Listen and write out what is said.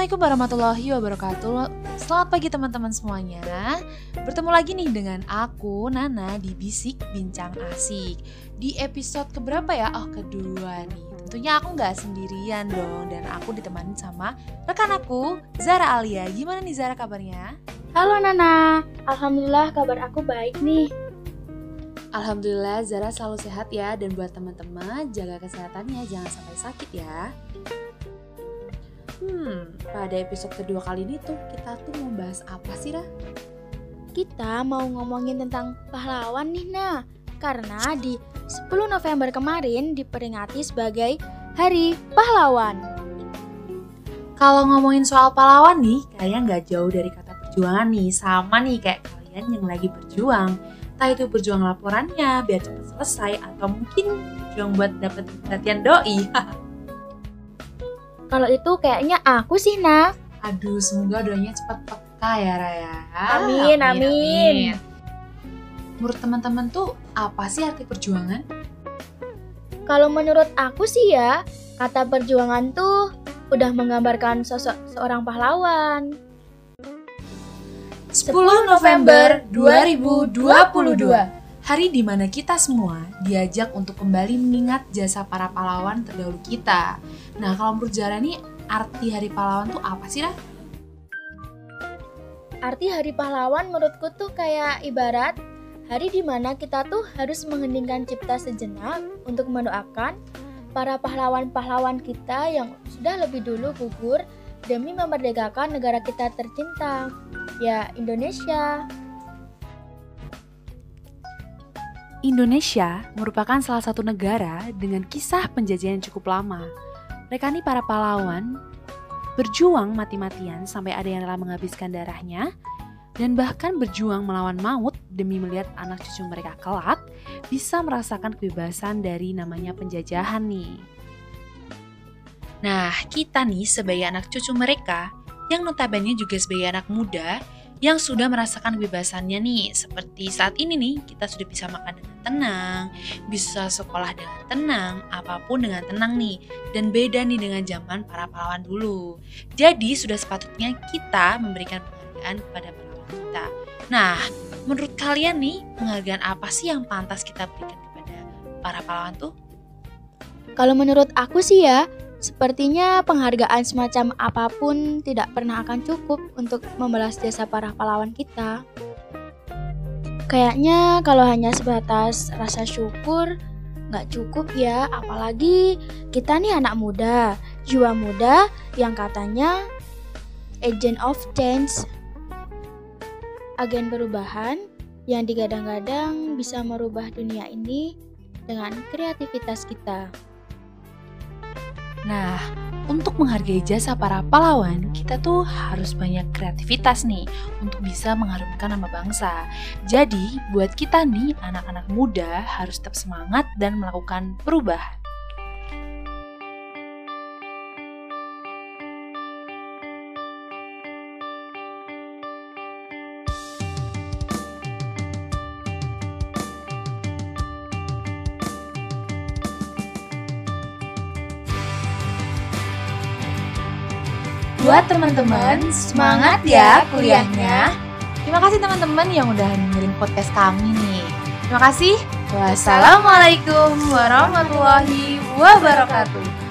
Assalamualaikum warahmatullahi wabarakatuh. Selamat pagi teman-teman semuanya. Bertemu lagi nih dengan aku, Nana, di Bisik Bincang Asik. Di episode keberapa ya? Oh, kedua nih. Tentunya aku gak sendirian dong. Dan aku ditemani sama rekan aku, Zara Alia. Gimana nih Zara kabarnya? Halo Nana, alhamdulillah kabar aku baik nih. Alhamdulillah Zara selalu sehat ya. Dan buat teman-teman, jaga kesehatannya, jangan sampai sakit ya. Pada episode kedua kali ini kita mau bahas apa sih, Ra? Kita mau ngomongin tentang pahlawan nih, Nah. Karena di 10 November kemarin diperingati sebagai Hari Pahlawan. Kalau ngomongin soal pahlawan nih, kayaknya nggak jauh dari kata perjuangan nih. Sama nih kayak kalian yang lagi berjuang. Entah itu berjuang laporannya biar cepat selesai, atau mungkin berjuang buat dapet perhatian doi. Kalau itu kayaknya aku sih, Nah. Aduh, semoga doanya cepat peka ya, Raya. Amin. Menurut teman-teman apa sih arti perjuangan? Kalau menurut aku sih ya, kata perjuangan udah menggambarkan sosok seorang pahlawan. 10 November 2022. Hari di mana kita semua diajak untuk kembali mengingat jasa para pahlawan terdahulu kita. Nah, kalau menurut Zara nih, arti Hari Pahlawan apa sih, Ra? Arti Hari Pahlawan menurutku kayak ibarat hari di mana kita harus mengheningkan cipta sejenak untuk mendoakan para pahlawan-pahlawan kita yang sudah lebih dulu gugur demi memerdekakan negara kita tercinta, ya Indonesia. Indonesia merupakan salah satu negara dengan kisah penjajahan yang cukup lama. Mereka nih para pahlawan berjuang mati-matian sampai ada yang rela menghabiskan darahnya dan bahkan berjuang melawan maut demi melihat anak cucu mereka kelak bisa merasakan kebebasan dari namanya penjajahan nih. Nah, kita nih sebagai anak cucu mereka yang notabene juga sebagai anak muda yang sudah merasakan kebebasannya nih, seperti saat ini nih kita sudah bisa makan dengan tenang, bisa sekolah dengan tenang, apapun dengan tenang nih, dan beda nih dengan zaman para pahlawan dulu. Jadi sudah sepatutnya kita memberikan penghargaan kepada pahlawan kita. Nah, menurut kalian nih, penghargaan apa sih yang pantas kita berikan kepada para pahlawan Kalau menurut aku sih ya, sepertinya penghargaan semacam apapun tidak pernah akan cukup untuk membalas jasa para pahlawan kita. Kayaknya kalau hanya sebatas rasa syukur nggak cukup ya, apalagi kita nih anak muda, jiwa muda yang katanya agent of change, agen perubahan yang digadang-gadang bisa merubah dunia ini dengan kreativitas kita. Nah, untuk menghargai jasa para pahlawan, kita harus banyak kreativitas nih untuk bisa mengharumkan nama bangsa. Jadi, buat kita nih, anak-anak muda harus tetap semangat dan melakukan perubahan. Buat teman-teman, semangat ya kuliahnya. Terima kasih teman-teman yang udah dengerin podcast kami nih. Terima kasih. Wassalamualaikum warahmatullahi wabarakatuh.